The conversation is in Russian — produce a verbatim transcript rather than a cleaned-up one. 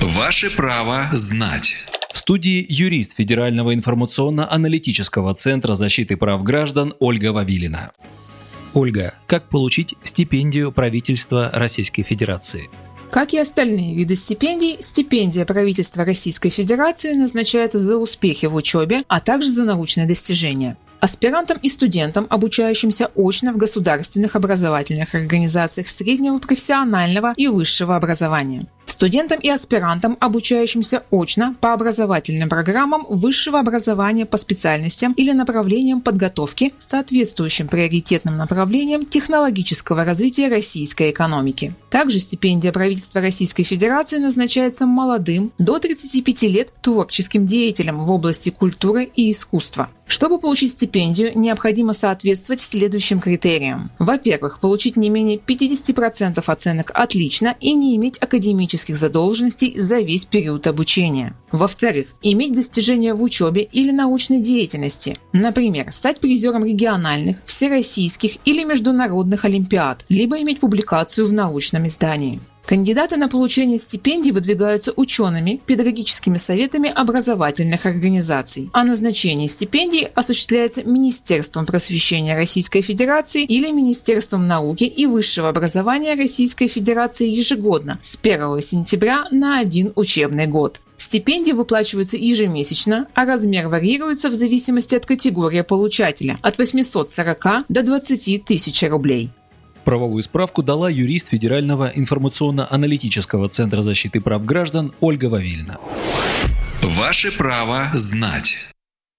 Ваше право знать. В студии юрист Федерального информационно-аналитического центра защиты прав граждан Ольга Вавилина. Ольга, как получить стипендию правительства Российской Федерации? Как и остальные виды стипендий, стипендия правительства Российской Федерации назначается за успехи в учебе, а также за научные достижения. Аспирантам и студентам, обучающимся очно в государственных образовательных организациях среднего профессионального и высшего образования. Студентам и аспирантам, обучающимся очно по образовательным программам высшего образования по специальностям или направлениям подготовки, соответствующим приоритетным направлениям технологического развития российской экономики. Также стипендия правительства Российской Федерации назначается молодым, до тридцати пяти лет, творческим деятелям в области культуры и искусства. Чтобы получить стипендию, необходимо соответствовать следующим критериям. Во-первых, получить не менее пятьдесят процентов оценок «отлично» и не иметь академических задолженностей за весь период обучения. Во-вторых, иметь достижения в учебе или научной деятельности. Например, стать призером региональных, всероссийских или международных олимпиад, либо иметь публикацию в научном издании. Кандидаты на получение стипендий выдвигаются учеными, педагогическими советами образовательных организаций, а назначение стипендий осуществляется Министерством просвещения Российской Федерации или Министерством науки и высшего образования Российской Федерации ежегодно с первого сентября на один учебный год. Стипендии выплачиваются ежемесячно, а размер варьируется в зависимости от категории получателя – от восьмисот сорока до двадцати тысяч рублей. Правовую справку дала юрист Федерального информационно-аналитического центра защиты прав граждан Ольга Вавилина. Ваше право знать.